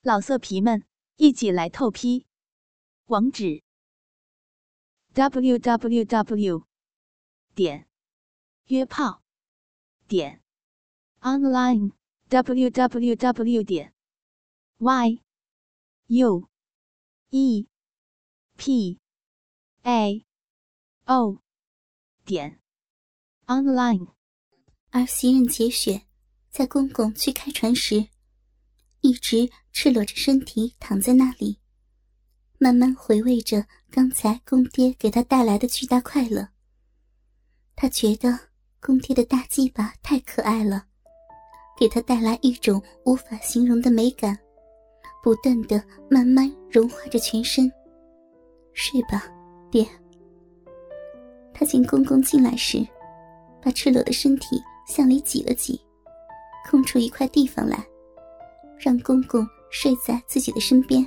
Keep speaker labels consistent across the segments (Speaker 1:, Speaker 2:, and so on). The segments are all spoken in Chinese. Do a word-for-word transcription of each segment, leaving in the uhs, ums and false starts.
Speaker 1: 老色皮们，一起来透批！网址 ：double u double u double u 点约炮点 online double u double u double u 点 y u e p a o 点 online。
Speaker 2: 而袭人结雪在公公去开船时，一直赤裸着身体躺在那里，慢慢回味着刚才公爹给他带来的巨大快乐。他觉得公爹的大鸡巴太可爱了，给他带来一种无法形容的美感，不断地慢慢融化着全身。睡吧，爹。他见公公进来时，把赤裸的身体向里挤了挤，空出一块地方来，让公公睡在自己的身边。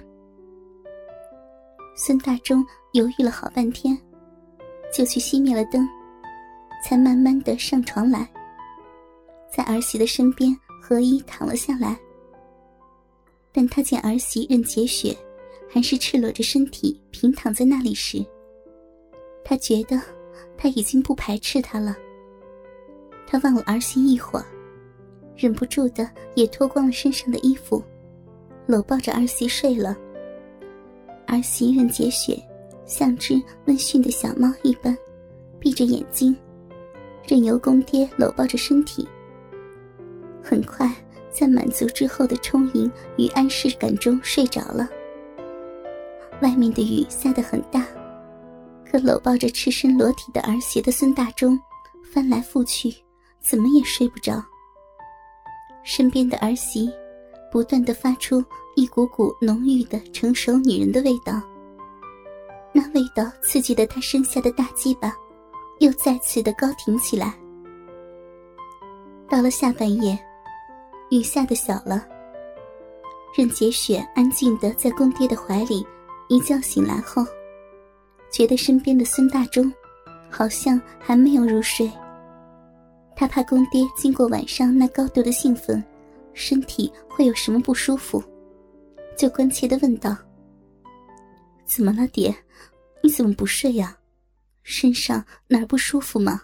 Speaker 2: 孙大中犹豫了好半天，就去熄灭了灯，才慢慢地上床来，在儿媳的身边合衣躺了下来。但他见儿媳任洁雪还是赤裸着身体平躺在那里时，他觉得他已经不排斥她了。他望了儿媳一会儿，忍不住的也脱光了身上的衣服，搂抱着儿媳睡了。儿媳任洁雪像只温驯的小猫一般，闭着眼睛，任由公爹搂抱着身体。很快在满足之后的充盈与安适感中睡着了。外面的雨下得很大，可搂抱着赤身裸体的儿媳的孙大中翻来覆去，怎么也睡不着。身边的儿媳不断地发出一股股浓郁的成熟女人的味道，那味道刺激得她身下的大鸡巴又再次的高挺起来。到了下半夜，雨下得小了，任洁雪安静地在公爹的怀里一觉醒来后，觉得身边的孙大中好像还没有入睡。他怕公爹经过晚上那高度的兴奋，身体会有什么不舒服，就关切地问道：怎么了爹？你怎么不睡呀？身上哪儿不舒服吗？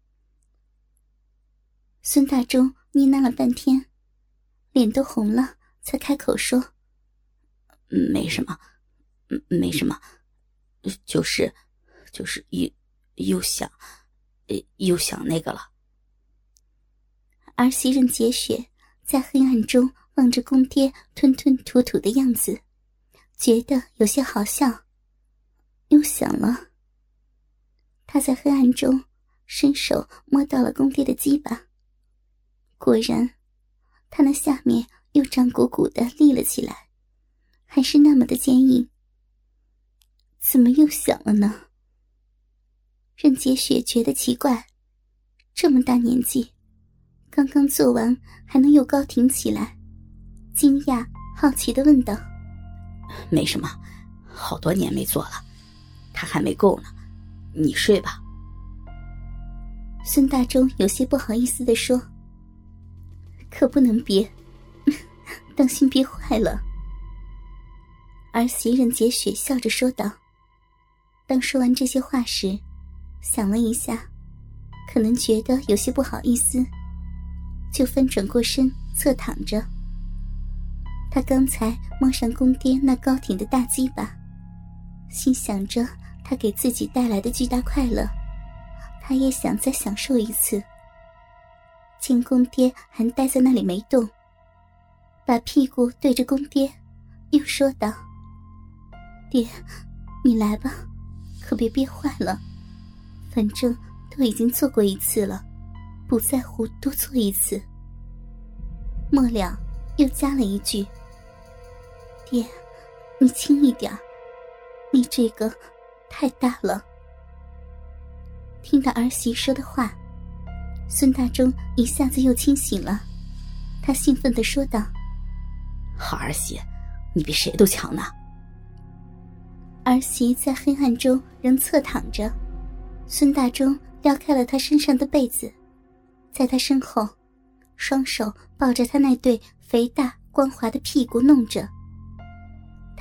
Speaker 2: 孙大中呢喃了半天，脸都红了，才开口说：
Speaker 3: 没什么，没什么，就是就是又又想又想那个了。
Speaker 2: 儿媳任洁雪在黑暗中望着公爹吞吞吐吐的样子，觉得有些好笑。又想了。她在黑暗中伸手摸到了公爹的鸡巴，果然他那下面又胀鼓鼓的立了起来，还是那么的坚硬。怎么又想了呢？任洁雪觉得奇怪，这么大年纪，刚刚做完还能又高挺起来，惊讶好奇地问道：
Speaker 3: 没什么，好多年没做了，他还没够呢，你睡吧。
Speaker 2: 孙大中有些不好意思地说：可不能憋，当心憋坏了。儿媳任洁雪笑着说道。当说完这些话时，想了一下，可能觉得有些不好意思，就翻转过身侧躺着。他刚才摸上公爹那高挺的大鸡巴，心想着他给自己带来的巨大快乐，他也想再享受一次。见公爹还待在那里没动，把屁股对着公爹，又说道：爹，你来吧，可别憋坏了，反正都已经做过一次了，不在乎多做一次。末了又加了一句：爹，你轻一点，你这个太大了。听到儿媳说的话，孙大中一下子又清醒了，他兴奋地说道：
Speaker 3: 好儿媳，你比谁都强呢。
Speaker 2: 儿媳在黑暗中仍侧躺着，孙大中撩开了她身上的被子，在她身后双手抱着她那对肥大光滑的屁股弄着，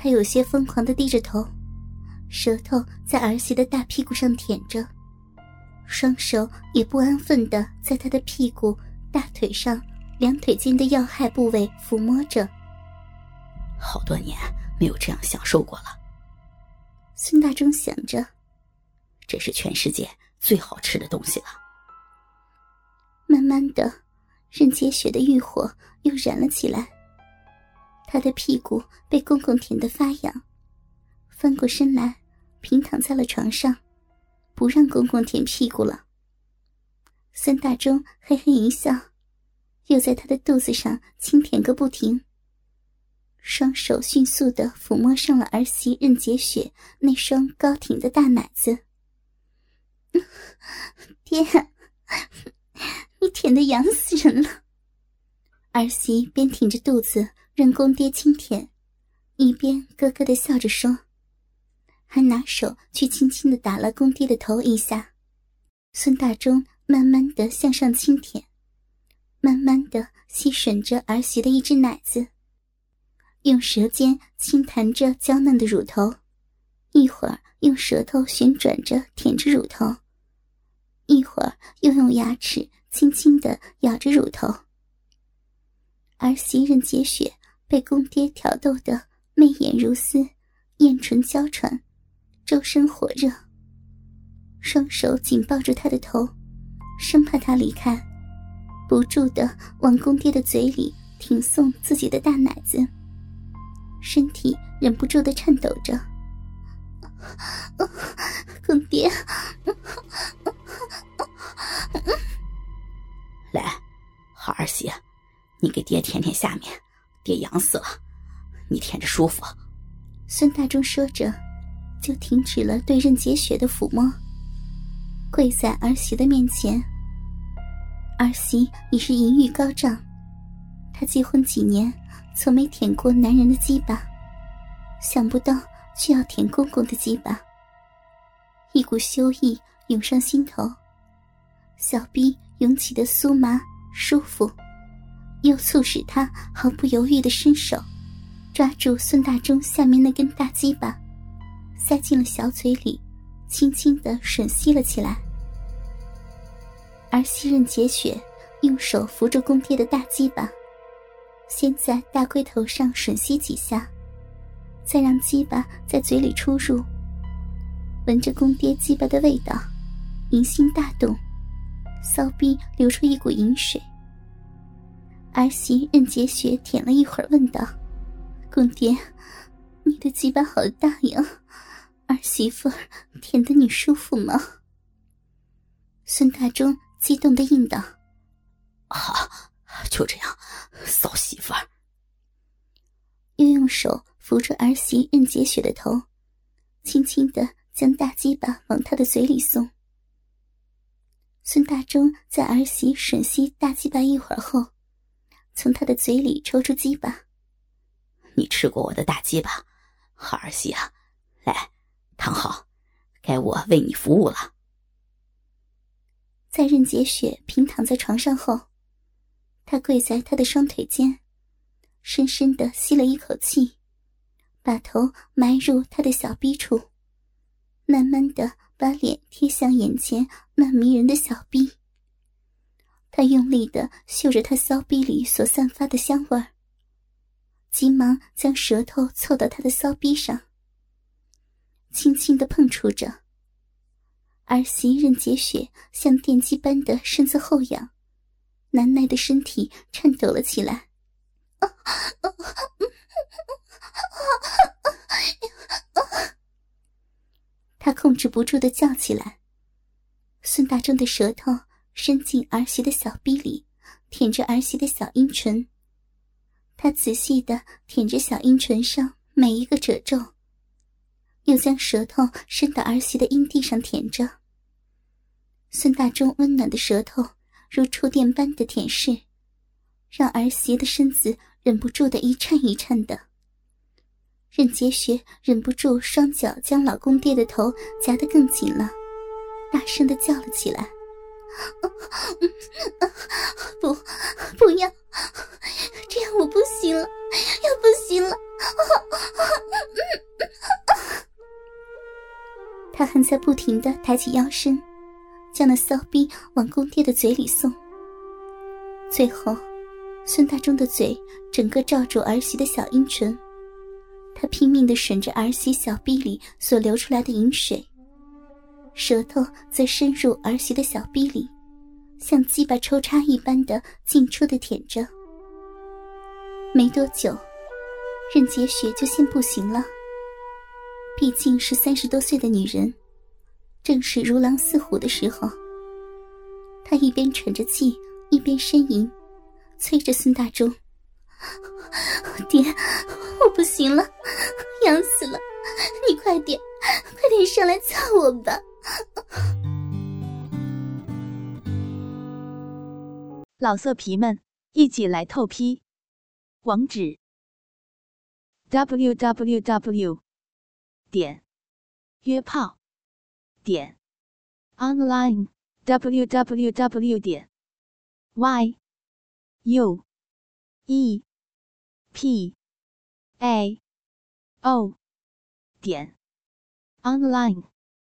Speaker 2: 他有些疯狂地低着头，舌头在儿媳的大屁股上舔着，双手也不安分地在他的屁股、大腿上、两腿间的要害部位抚摸着。
Speaker 3: 好多年没有这样享受过了。
Speaker 2: 孙大中想着，
Speaker 3: 这是全世界最好吃的东西了。
Speaker 2: 慢慢的，任洁雪的欲火又燃了起来。她的屁股被公公舔得发痒，翻过身来，平躺在了床上，不让公公舔屁股了。孙大中嘿嘿一笑，又在她的肚子上轻舔个不停，双手迅速地抚摸上了儿媳任洁雪那双高挺的大奶子。爹，你舔得痒死人了。儿媳边挺着肚子任公爹轻舔，一边咯咯地笑着说，还拿手去轻轻地打了公爹的头一下。孙大中慢慢地向上轻舔，慢慢地吸吮着儿媳的一只奶子，用舌尖轻弹着娇嫩的乳头，一会儿用舌头旋转着舔着乳头，一会儿又用牙齿轻轻地咬着乳头。儿媳任洁雪被公爹挑逗得媚眼如丝，艳唇娇喘，周身火热，双手紧抱住他的头，生怕他离开，不住地往公爹的嘴里挺送自己的大奶子，身体忍不住地颤抖着。公爹，
Speaker 3: 来，好儿媳，你给爹舔舔下面，爹痒死了，你舔着舒服。
Speaker 2: 孙大中说着，就停止了对任洁雪的抚摸，跪在儿媳的面前。儿媳已是淫欲高涨，她结婚几年，从没舔过男人的鸡巴，想不到却要舔公公的鸡巴，一股羞意涌上心头，小臂涌起的酥麻舒服，又促使他毫不犹豫地伸手抓住孙大中下面那根大鸡巴，塞进了小嘴里，轻轻地吮吸了起来。而昔任洁雪用手扶住公爹的大鸡巴，先在大龟头上吮吸几下，再让鸡巴在嘴里出入，闻着公爹鸡巴的味道，淫心大动，骚逼流出一股淫水。儿媳任洁雪舔了一会儿，问道：公爹，你的鸡巴好大呀，儿媳妇舔得你舒服吗？孙大中激动地应道：
Speaker 3: 好，就这样，骚媳妇儿。
Speaker 2: 又用手扶住儿媳任洁雪的头，轻轻地将大鸡巴往她的嘴里送。孙大中在儿媳吮吸大鸡巴一会儿后，从她的嘴里抽出鸡巴。
Speaker 3: 你吃过我的大鸡巴，好儿媳啊，来，躺好，该我为你服务了。
Speaker 2: 在任洁雪平躺在床上后，他跪在她的双腿间，深深地吸了一口气，把头埋入她的小逼处，慢慢地把脸贴向眼前那迷人的小逼。他用力地嗅着她骚逼里所散发的香味儿，急忙将舌头凑到她的骚逼上，轻轻地碰触着。儿媳任洁雪像电击般的身子后仰，难耐的身体颤抖了起来。她控制不住地叫起来。孙大中的舌头伸进儿媳的小逼里，舔着儿媳的小阴唇，他仔细地舔着小阴唇上每一个褶皱，又将舌头伸到儿媳的阴蒂上舔着。孙大中温暖的舌头如触电般的舔舐，让儿媳的身子忍不住的一颤一颤的。任洁雪忍不住双脚将老公爹的头夹得更紧了，大声地叫了起来：不，不要，这样我不行了，要不行了。 在不停地抬起腰身，将那骚逼往公爹的嘴里送。最后孙大中的嘴整个罩住儿媳的小阴唇，他拼命地吮着儿媳小逼里所流出来的饮水，舌头则深入儿媳的小逼里，像鸡巴抽插一般的进出的舔着。没多久，任洁雪就先不行了。毕竟是三十多岁的女人，正是如狼似虎的时候。她一边喘着气，一边呻吟，催着孙大中：“爹，我不行了，痒死了，你快点，快点上来操我吧。”
Speaker 1: 老色皮们，一起来透批！网址 ：double u double u double u 点约炮点 online w w w 点 y u e p a o 点 online。